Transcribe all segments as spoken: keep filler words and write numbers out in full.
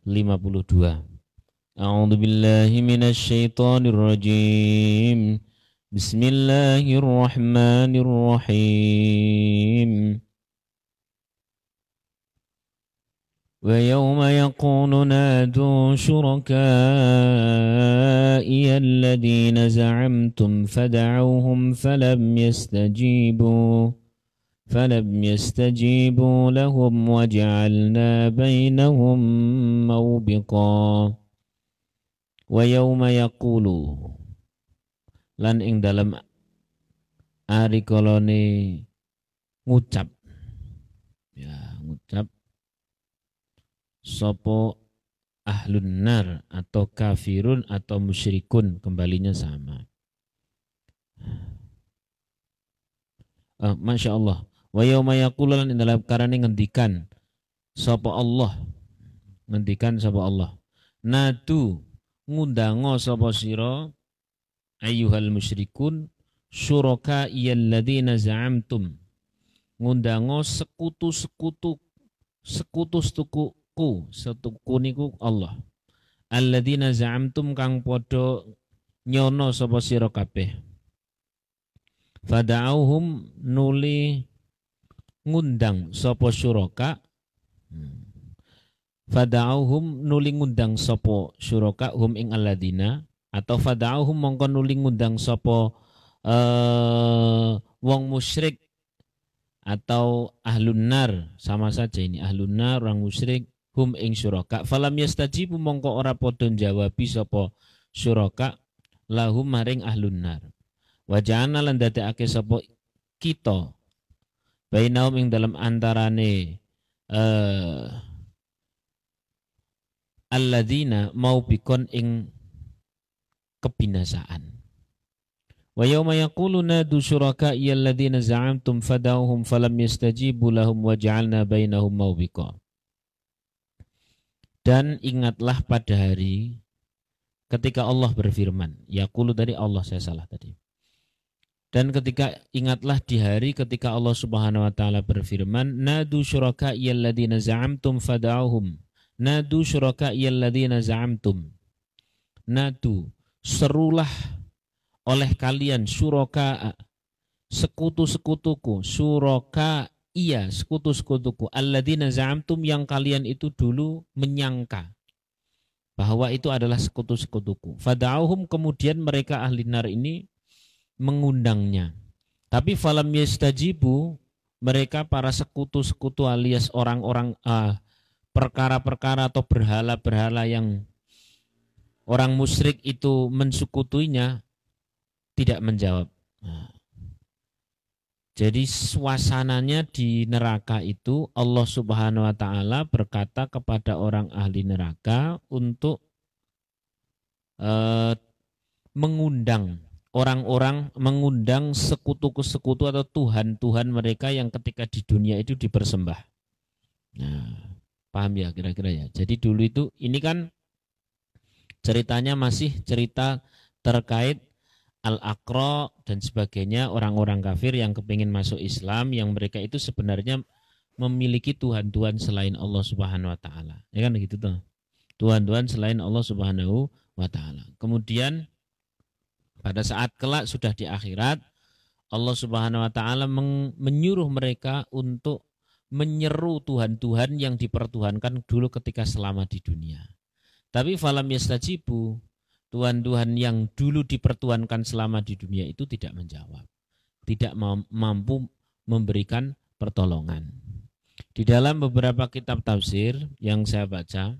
lima puluh dua. A'udzu billahi minasy syaithanir rajim. Bismillahirrahmanirrahim. Wa yawma yaqulu nadu syuraka'i alladhina za'amtum fada'uhum falam yastajibu falam yastajibu lahum waja'alna bainahum mawbiqa. Wa yawma yaqulu, lan ing dalam ari kolone ngucap, ya ngucap sopo ahlun nar atau kafirun atau musyrikun, kembalinya sama. Uh, Masya Allah. Wa yawma yaqulu, lan ing dalam karane ngendikan sopo Allah, ngendikan sopo Allah, nadu ngundango sopo siro ayyuhal musyrikun syuraka iyalladzina za'amtum, ngundango sekutu-sekutu sekutu-sekutuku, setuku niku Allah, alladzina za'amtum kang podo nyono sapa sira kabeh, fada'auhum nuli ngundang sapa syuraka, fada'auhum nuli ngundang sapa syuraka hum ing alladzina, atau fada'auhum mongko nuli ngundang sapa uh, wong musyrik atau ahlun nar, sama saja ini, ahlun nar orang musyrik, hum ing syuraka, falam yastajibu mongko ora padha jawabi sapa syuraka lahum maring ahlun nar, wajana lan dadekake sapa kita bainahum ing dalam antarane uh, alladzina mau bikon ing kebinasaan. Wa yawma yaqulu nadu syuraka'i alladzina za'amtum fada'uhum falam yastajibu lahum wa ja'alna bainahum mawbiqa. Dan ingatlah pada hari ketika Allah berfirman, yaqulu dari Allah, saya salah tadi. Dan ketika ingatlah di hari ketika Allah Subhanahu wa taala berfirman, nadu syuraka'i alladzina za'amtum fada'uhum. Nadu syuraka'i alladzina za'amtum. Nadu, serulah oleh kalian syuraka, sekutu-sekutuku, syuraka iya sekutu-sekutuku, alladzina za'amtum yang kalian itu dulu menyangka bahwa itu adalah sekutu-sekutuku. Fada'uhum, kemudian mereka ahli nar ini mengundangnya. Tapi falam yastajibu, mereka para sekutu-sekutu alias orang-orang uh, perkara-perkara atau berhala-berhala yang orang musyrik itu mensekutuinya, tidak menjawab. Nah, jadi suasananya di neraka itu Allah Subhanahu wa taala berkata kepada orang ahli neraka untuk eh, mengundang orang-orang, mengundang sekutu-sekutu atau tuhan-tuhan mereka yang ketika di dunia itu dipersembah. Nah, paham ya kira-kira ya. Jadi dulu itu, ini kan ceritanya masih cerita terkait Al-Aqra dan sebagainya, orang-orang kafir yang kepingin masuk Islam, yang mereka itu sebenarnya memiliki Tuhan-Tuhan selain Allah Subhanahu wa taala. Ya kan gitu tuh. Tuhan-Tuhan selain Allah Subhanahu wa taala. Kemudian pada saat kelak sudah di akhirat, Allah Subhanahu wa taala menyuruh mereka untuk menyeru Tuhan-Tuhan yang dipertuhankan dulu ketika selama di dunia. Tapi falam yastajibu, Tuhan-Tuhan yang dulu dipertuhankan selama di dunia itu tidak menjawab, tidak mampu memberikan pertolongan. Di dalam beberapa kitab tafsir yang saya baca,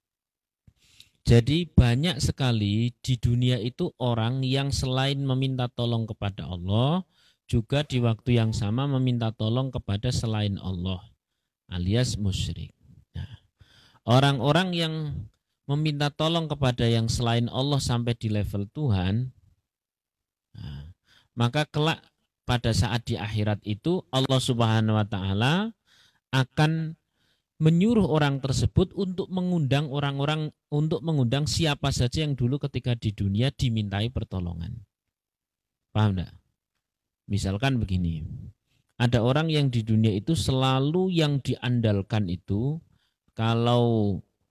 jadi banyak sekali di dunia itu orang yang selain meminta tolong kepada Allah, juga di waktu yang sama meminta tolong kepada selain Allah, alias musyrik. Nah, orang-orang yang meminta tolong kepada yang selain Allah sampai di level Tuhan, nah, maka kelak pada saat di akhirat itu Allah Subhanahu wa taala akan menyuruh orang tersebut untuk mengundang orang-orang, untuk mengundang siapa saja yang dulu ketika di dunia dimintai pertolongan. Paham enggak? Misalkan begini, ada orang yang di dunia itu selalu yang diandalkan itu, kalau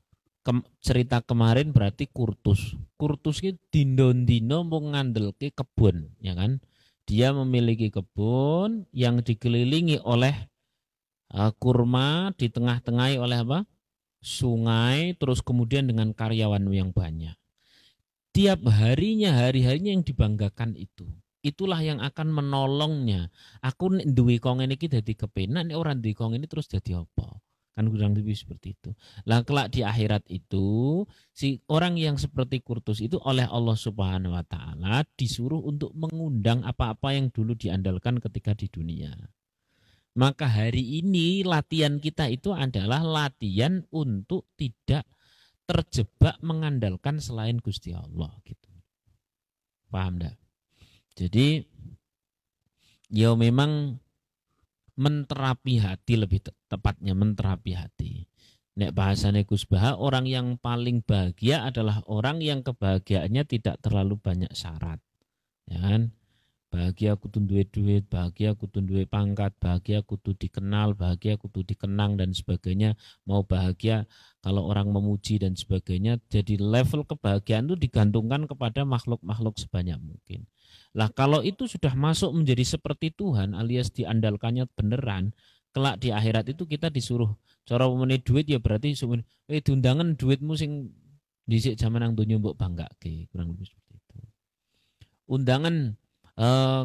Kem, cerita kemarin berarti kurtus. Kurtus itu dino-dino mau ngandelke kebun, ya kan? Dia memiliki kebun yang dikelilingi oleh uh, kurma, di tengah-tengahi oleh apa? Sungai, terus kemudian dengan karyawan yang banyak. Tiap harinya, hari-harinya yang dibanggakan itu. Itulah yang akan menolongnya. Aku duwe kong ini dadi kepenak, nek ora duwe kong ini terus jadi apa? Kan kurang lebih seperti itu. Lah kelak di akhirat itu si orang yang seperti kurtus itu oleh Allah Subhanahu wa taala disuruh untuk mengundang apa-apa yang dulu diandalkan ketika di dunia. Maka hari ini latihan kita itu adalah latihan untuk tidak terjebak mengandalkan selain Gusti Allah gitu. Paham enggak? Jadi ya memang menterapi hati, lebih tepatnya menterapi hati. Nek bahasane Gus Baha, orang yang paling bahagia adalah orang yang kebahagiaannya tidak terlalu banyak syarat. Ya kan? Bahagia kudu duwe duit, bahagia kudu duwe pangkat, bahagia kudu dikenal, bahagia kudu dikenang dan sebagainya. Mau bahagia kalau orang memuji dan sebagainya. Jadi level kebahagiaan itu digantungkan kepada makhluk-makhluk sebanyak mungkin. Lah kalau itu sudah masuk menjadi seperti Tuhan alias diandalkannya beneran, kelak di akhirat itu kita disuruh cara meneh duit ya berarti eh diundangan duitmu sing dhisik jaman nang donya mbok banggake, kurang lebih seperti itu. Undangan eh,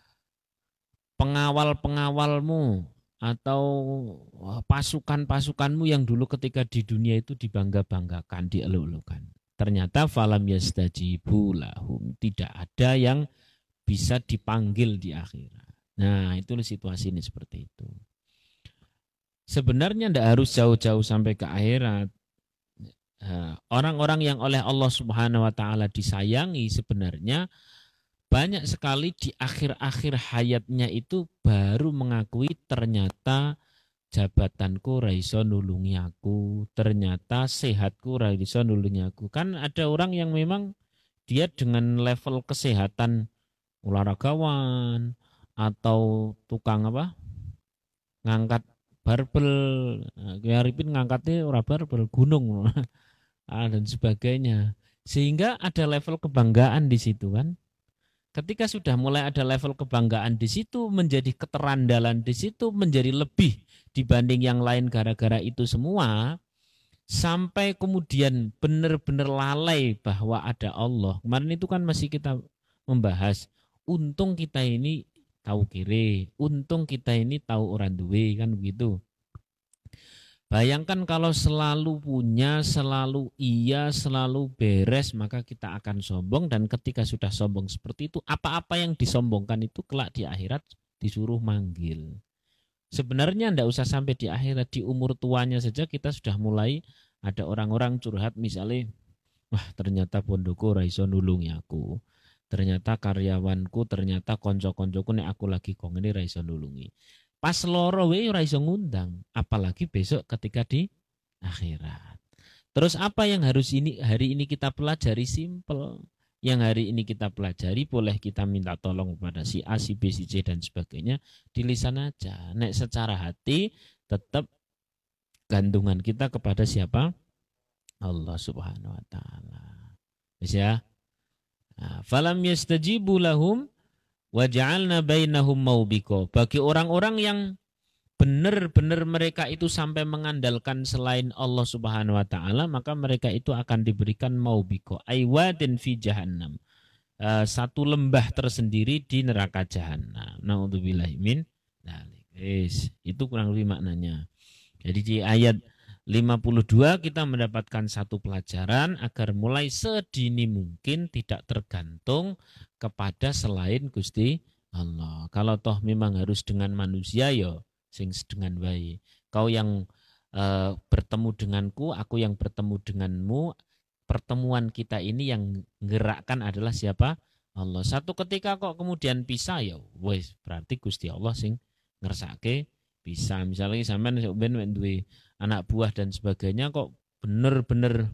pengawal-pengawalmu atau pasukan-pasukanmu yang dulu ketika di dunia itu dibangga-banggakan, dieluk-elukan. Ternyata falam yastajibu lahum, tidak ada yang bisa dipanggil di akhirat. Nah, itu situasi ini seperti itu. Sebenarnya tidak harus jauh-jauh sampai ke akhirat. Orang-orang yang oleh Allah Subhanahu wa taala disayangi sebenarnya banyak sekali di akhir-akhir hayatnya itu baru mengakui ternyata jabatanku raiso nulungi aku, ternyata sehatku raiso nulungi aku. Kan ada orang yang memang dia dengan level kesehatan olahragawan atau tukang apa ngangkat barbel, Kiai Arifin ngangkatnya ora barbel gunung dan sebagainya, sehingga ada level kebanggaan di situ kan. Ketika sudah mulai ada level kebanggaan di situ, menjadi keterandalan di situ, menjadi lebih dibanding yang lain gara-gara itu semua, sampai kemudian benar-benar lalai bahwa ada Allah. Kemarin itu kan masih kita membahas, untung kita ini tahu kiri, untung kita ini tahu orang duwe, kan begitu. Bayangkan kalau selalu punya, selalu iya, selalu beres, maka kita akan sombong. Dan ketika sudah sombong seperti itu, apa-apa yang disombongkan itu kelak di akhirat disuruh manggil. Sebenarnya tidak usah sampai di akhirat, di umur tuanya saja kita sudah mulai ada orang-orang curhat misalnya, wah ternyata pondoko raiso nulungi aku. Ternyata karyawanku, ternyata konco-koncoku nek aku lagi kong ini raiso nulungi. Pas loro we ora iso ngundang, apalagi besok ketika di akhirat. Terus apa yang harus ini hari ini kita pelajari? Simple. Yang hari ini kita pelajari, boleh kita minta tolong kepada si A, si B, si C dan sebagainya di lisan aja. Nek secara hati tetap gantungan kita kepada siapa? Allah Subhanahu wa taala. Wis ya. Nah, falam yastajibu lahum waja'alna bainahum maubiko. Bagi orang-orang yang benar-benar mereka itu sampai mengandalkan selain Allah Subhanahu wa taala, maka mereka itu akan diberikan maubiko, aywadin fi jahannam. Uh, satu lembah tersendiri di neraka jahanam. Nauzubillahi min dzalik. Yes, itu kurang lebih maknanya. Jadi di ayat lima puluh dua kita mendapatkan satu pelajaran agar mulai sedini mungkin tidak tergantung kepada selain Gusti Allah. Kalau toh memang harus dengan manusia yo sing dengan baik. Kau yang uh, bertemu denganku, aku yang bertemu denganmu. Pertemuan kita ini yang gerakkan adalah siapa? Allah. Satu ketika kok kemudian pisah ya wes berarti Gusti Allah sing ngersake bisa. Misalnya sampean ben duwe anak buah dan sebagainya kok bener-bener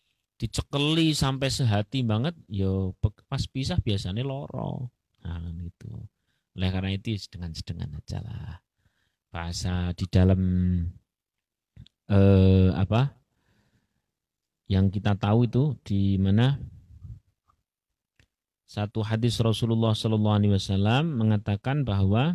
dicekeli sampai sehati banget, yo pas pisah biasanya loro. Nah, gitu. Oleh karena itu sedengan-sedengan aja lah. Bahasa di dalam eh, apa? Yang kita tahu itu di mana satu hadis Rasulullah Shallallahu Alaihi Wasallam mengatakan bahwa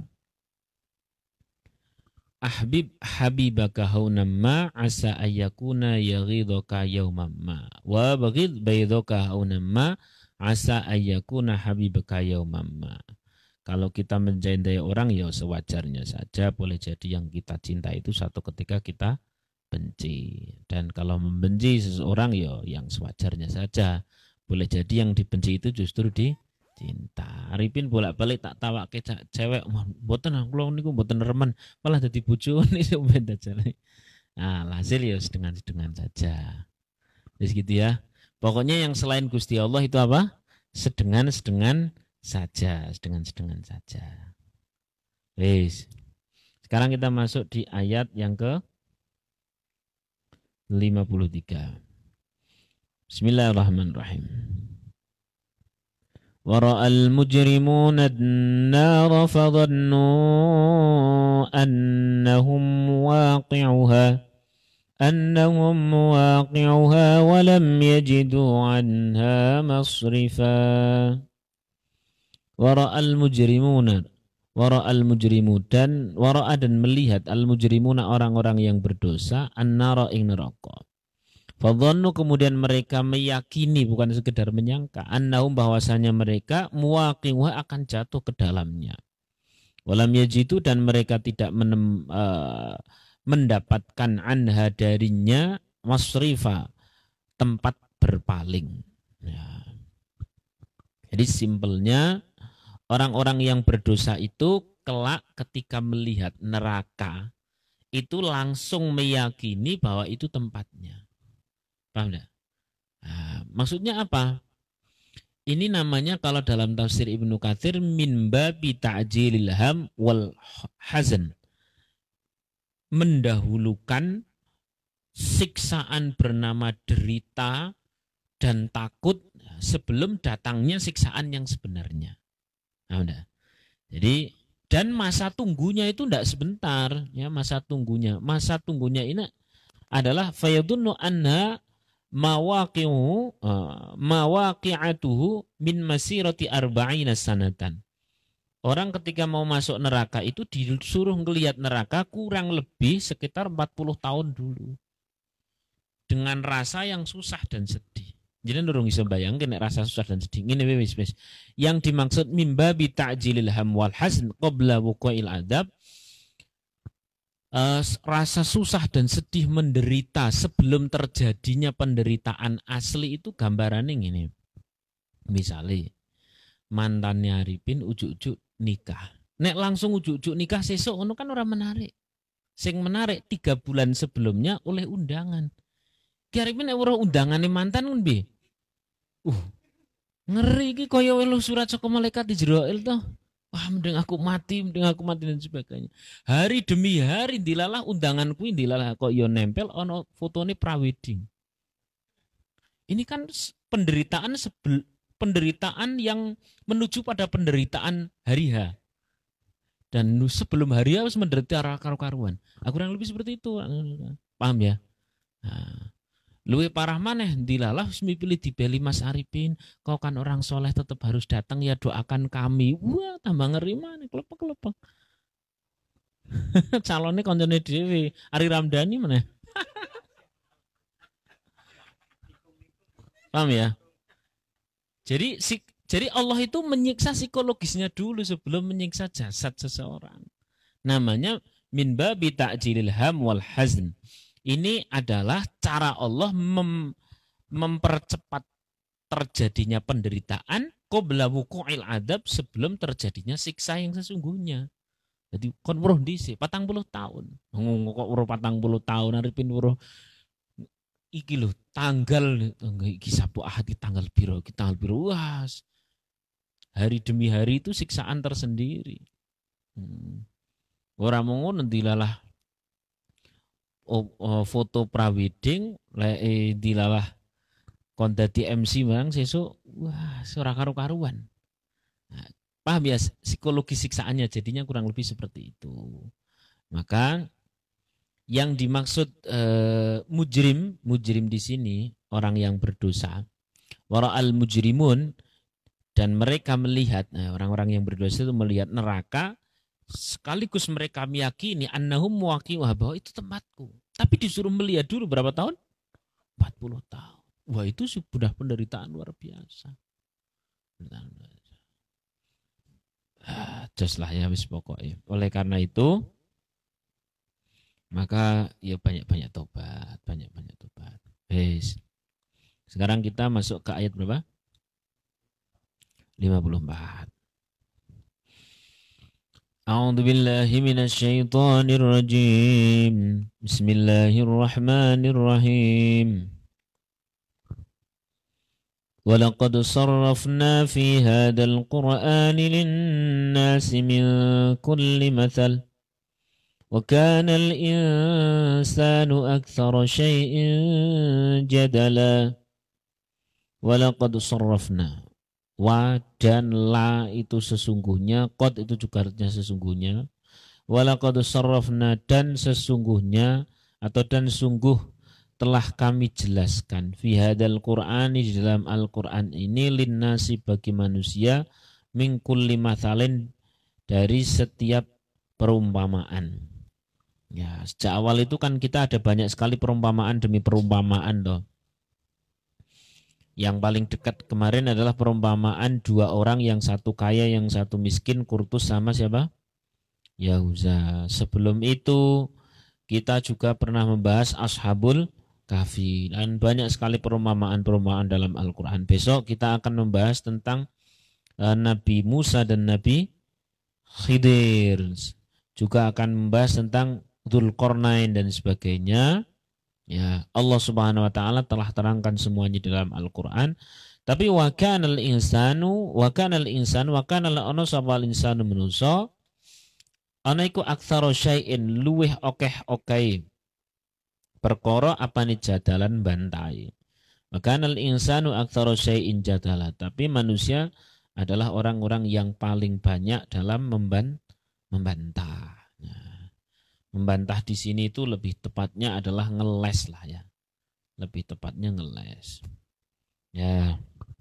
ahbib habibaka haunamma asa ayyakuna yaghidhuka yaumamma wa baghid baydhuka haunamma asa ayyakuna habibaka yaumamma. Kalau kita mencintai orang ya sewajarnya saja, boleh jadi yang kita cinta itu satu ketika kita benci. Dan kalau membenci seseorang ya yang sewajarnya saja, boleh jadi yang dibenci itu justru dicinta. Arifin bolak-balik tak tawake cewek, mboten kula niku mboten remen, malah dadi bojo niku beda jane. Nah, hasil ya sedengan-sedengan saja. Wis gitu ya. Pokoknya yang selain Gusti Allah itu apa? Sedengan-sedengan saja, sedengan-sedengan saja. Wis. Sekarang kita masuk di ayat yang ke lima puluh tiga. Bismillahirrahmanirrahim. Wara'al mujrimuna an-nar fadhannu annahum waqi'uha annahum waqi'uha wa lam yajidu 'anha masrifa. Wara'al mujrimuna wara'al mujrimu dan wara'a dan melihat al mujrimuna orang-orang yang berdosa an-nar ing neraka. Fadhannu kemudian mereka meyakini, bukan sekedar menyangka, annahum bahwasanya mereka muwaqi'uha akan jatuh ke dalamnya. Walam yajidu dan mereka tidak menem, uh, mendapatkan anha darinya masrifa, tempat berpaling. Ya. Jadi simpelnya orang-orang yang berdosa itu kelak ketika melihat neraka itu langsung meyakini bahwa itu tempatnya. Paham tidak? Nah, maksudnya apa? Ini namanya kalau dalam tafsir Ibnu Katsir min babi ta'jilil ham wal hazan. Mendahulukan siksaan bernama derita dan takut sebelum datangnya siksaan yang sebenarnya. Nah, jadi dan masa tunggunya itu tidak sebentar, ya masa tunggunya. Masa tunggunya ini adalah fayadunnu anna mawaqi'u uh, mawaqi'atuhu min masirati arba'ina sanatan. Orang ketika mau masuk neraka itu disuruh ngelihat neraka kurang lebih sekitar empat puluh tahun dulu. Dengan rasa yang susah dan sedih. Jadi nurung bisa bayangkan nek rasa susah dan sedih. Ini wis wis. Yang dimaksud mimba bi ta'jilil ham wal hazn qabla wuqu'il adab. Uh, rasa susah dan sedih menderita sebelum terjadinya penderitaan asli itu gambarannya ini. Misalnya mantannya Arifin ujuk-ujuk nikah. Nek langsung ujuk-ujuk nikah sesuk ono kan orang menarik. Sing menarik tiga bulan sebelumnya oleh undangan. Ki Arifin nek weruh undangane mantan kan piye? Uh, ngeri iki kaya weluh surat saka malaikat Israil toh. Wah, mending aku mati, mending aku mati dan sebagainya. Hari demi hari dilalah undangan kuwi dilalah kok yo nempel ono fotone prawedding. Ini kan penderitaan sebel, penderitaan yang menuju pada penderitaan hari H. Dan sebelum hari H harus menderita karu-karuan. Aku kurang lebih seperti itu. Paham ya? Nah, luwih parah maneh dilalah wis mipilih dibeli Mas Arifin, kau kan orang soleh tetap harus datang ya doakan kami. Wah, tambah ngeri maneh kelepek-kelepek. Calonnya koncone dhewe, Ari Ramdhani maneh. Paham ya? Jadi si, jadi Allah itu menyiksa psikologisnya dulu sebelum menyiksa jasad seseorang. Namanya min babi ta'jilil ham wal hazn. Ini adalah cara Allah mem, mempercepat terjadinya penderitaan qabla wuqu'il adab sebelum terjadinya siksa yang sesungguhnya. Jadi kon weruh dhisik patang puluh tahun. Kok weruh patang puluh tahun Arifin weruh iki lho tanggal iki Sabtu Ahad tanggal piro iki tanggal piro. Wah. Hari demi hari itu siksaan tersendiri. Hmm. Ora mung ngono dilalah Oh, oh, foto prawedding lek eh, dilalah kon dadi M C bang sesuk wah ora karo-karuan. Nah, paham ya psikologi siksaannya jadinya kurang lebih seperti itu. Maka yang dimaksud eh, mujrim, mujrim di sini orang yang berdosa. Wara'al mujrimun, dan mereka melihat, nah, orang-orang yang berdosa itu melihat neraka, sekaligus mereka meyakini annahum muwaqi'uha, bahwa itu tempatku. Tapi disuruh melihat dulu berapa tahun? empat puluh tahun. Wah, itu sudah penderitaan luar biasa. Ah, just lah ya wis pokoknya. Oleh karena itu, maka ya banyak-banyak tobat, banyak-banyak tobat. Wis. Sekarang kita masuk ke ayat berapa? lima puluh empat. A'udzu billahi minasy syaithanir rajim. Bismillahirrahmanirrahim. Walaqad sarrafna fi hadzal qur'ani lin-nasi min kulli mathal wa kana al-insanu aktsara syai'in jadala. Walaqad sarrafna, wa dan la itu sesungguhnya, qad itu juga artinya sesungguhnya, walaqad sarrafna dan sesungguhnya atau dan sungguh telah kami jelaskan fi hadzal qur'ani di dalam Al-Qur'an ini linnasi bagi manusia min kulli mathalin dari setiap perumpamaan. Ya, sejak awal itu kan kita ada banyak sekali perumpamaan demi perumpamaan toh. Yang paling dekat kemarin adalah perumpamaan dua orang, yang satu kaya, yang satu miskin, Kurtus sama siapa? Yahuza. Sebelum itu kita juga pernah membahas Ashabul Kahfi, dan banyak sekali perumpamaan-perumpamaan dalam Al-Quran. Besok kita akan membahas tentang uh, Nabi Musa dan Nabi Khidir. Juga akan membahas tentang Dzulqarnain dan sebagainya. Ya, Allah Subhanahu wa taala telah terangkan semuanya dalam Al-Qur'an. Tapi wa kanal insanu wa kanal insanu wa kanal ana sawal insanu manusa ana iku aktsara syai'in luweh okeh-okeh perkara apane jadalan bantai. Wa kanal insanu aktsara syai'in jadala, tapi manusia adalah orang-orang yang paling banyak dalam memban membantah. Membantah di sini itu lebih tepatnya adalah ngeles lah ya. Lebih tepatnya ngeles. Ya.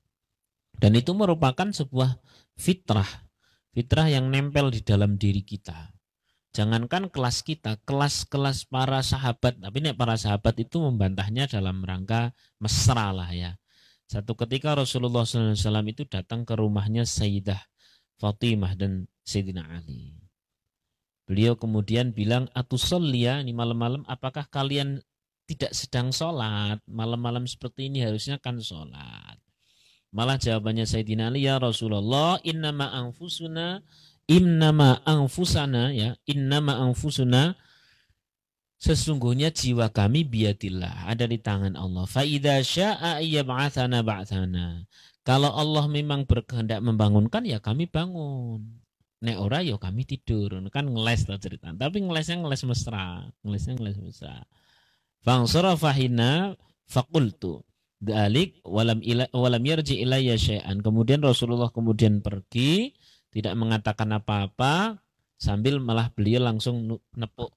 Dan itu merupakan sebuah fitrah. Fitrah yang nempel di dalam diri kita. Jangankan kelas kita, kelas-kelas para sahabat. Tapi nek para sahabat itu membantahnya dalam rangka mesra lah ya. Satu ketika Rasulullah shallallahu alaihi wasallam itu datang ke rumahnya Sayyidah Fatimah dan Sayyidina Ali. Beliau kemudian bilang, atusollia, ini malam-malam, apakah kalian tidak sedang sholat? Malam-malam seperti ini harusnya kan sholat. Malah jawabannya Sayyidina Ali, ya Rasulullah, innama anfusuna, innama anfusana, ya, innama anfusuna, sesungguhnya jiwa kami biyadillah, ada di tangan Allah. Fa idza syaa yab'atsana ba'tsana. Kalau Allah memang berkehendak membangunkan, ya kami bangun. Nek ora yo kami tidur, kan ngeles lah cerita. Tapi ngelesnya ngeles mesra, ngelesnya ngeles mesra. Fangsarafahina faqultu dzalik walam ila walam yarji ilayya syai'an. Kemudian Rasulullah kemudian pergi, tidak mengatakan apa-apa, sambil malah beliau langsung nepuk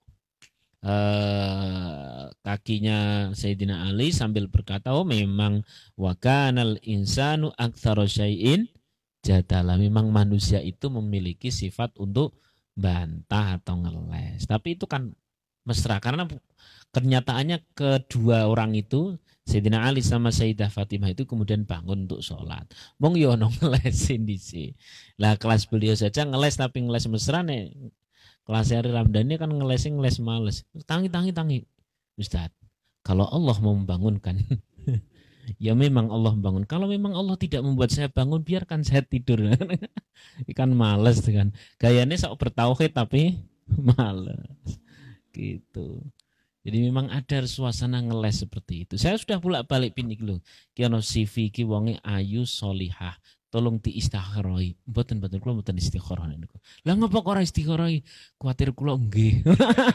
eh, kakinya Sayyidina Ali sambil berkata, oh memang wa kanal insanu aktsara syai'in jadalah, memang manusia itu memiliki sifat untuk bantah atau ngeles. Tapi itu kan mesra, karena kenyataannya kedua orang itu, Sayyidina Ali sama Sayyidah Fatimah itu kemudian bangun untuk sholat. Mong yo no ngelesin disi. Lah kelas beliau saja ngeles, tapi ngeles mesra nih. Kelas Hari Ramdhani kan ngelesin ngeles males. Tangi tangi tangi. Ustaz, kalau Allah mau membangunkan ya memang Allah bangun. Kalau memang Allah tidak membuat saya bangun, biarkan saya tidur. Ikan males kan. Gayanya sok bertauhid tapi males. Gitu. Jadi memang ada suasana ngeles seperti itu. Saya sudah pulak balik pinik lho. Ki ono C V ki wonge ayu solihah. Tolong diistikharoi. Mboten-mboten kula mboten istikharah niku. Lah ngapa kok ora istikharoi? Kuwatir kula nggih.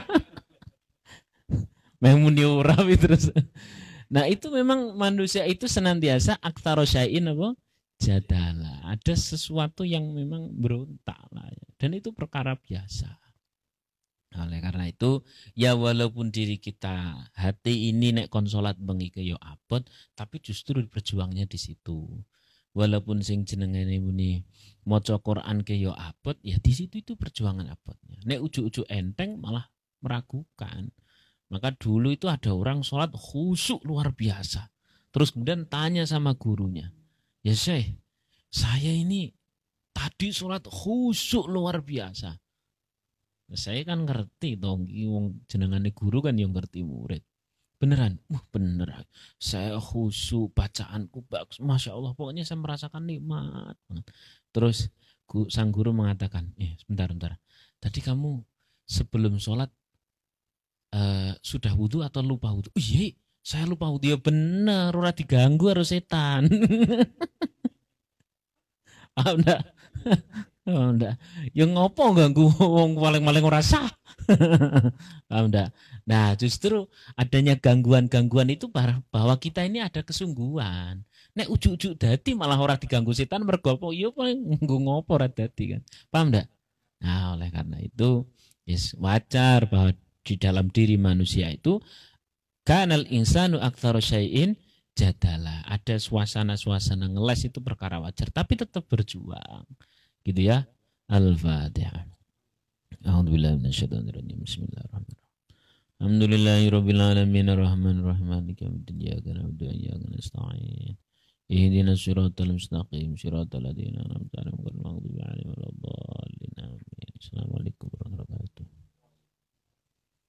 Memang ora terus. Nah itu memang manusia itu senantiasa aktsara syai'in apa? Jadala. Ada sesuatu yang memang berontak lah ya. Dan itu perkara biasa. Oleh karena itu, ya walaupun diri kita hati ini nek konsolat bengi ke yo abot, tapi justru berjuangnya di situ. Walaupun sing jenengane muni maca Quran ke yo abot, ya di situ itu perjuangan abotnya. Nek ujuk-ujuk enteng malah meragukan. Maka dulu itu ada orang sholat khusyuk luar biasa. Terus kemudian tanya sama gurunya, ya Syekh, saya ini tadi sholat khusyuk luar biasa. Saya kan ngerti dong, wong jenengane guru kan yang ngerti murid. Beneran, wah bener. Saya khusyuk, bacaanku bagus, masya Allah. Pokoknya saya merasakan nikmat banget. Terus sang guru mengatakan, eh sebentar, sebentar. Tadi kamu sebelum sholat uh, sudah wudhu atau lupa wudhu? Oh, iya, saya lupa wudhu. Ya bener, ora diganggu harus setan. Ah, enggak. Oh, enggak. Ya ngopo ganggu wong paling-paling ora sah. Paham enggak? Nah, justru adanya gangguan-gangguan itu bahwa kita ini ada kesungguhan. Nek ujuk-ujuk dadi malah ora diganggu setan mergo apa? Ya paling nggo ngopo ora dadi kan. Paham enggak? Nah, oleh karena itu yes, wajar bahwa di dalam diri manusia itu kanal insanu aktsara syai'in jadala. Ada suasana-suasana ngeles itu perkara wajar, tapi tetap berjuang. Gitu ya. Al-Fatihah. A'udzubillahi minasyaitonir rajim. Bismillahirrahmanirrahim. Alhamdulillahirabbil alamin arrahmanir rahim maliki yaumiddin iyyaka na'budu wa iyyaka nasta'in. Ihdinas siratal mustaqim siratal ladzina an'amta 'alaihim ghairil maghdubi 'alaihim waladdallin. Assalamualaikum warahmatullahi wabarakatuh.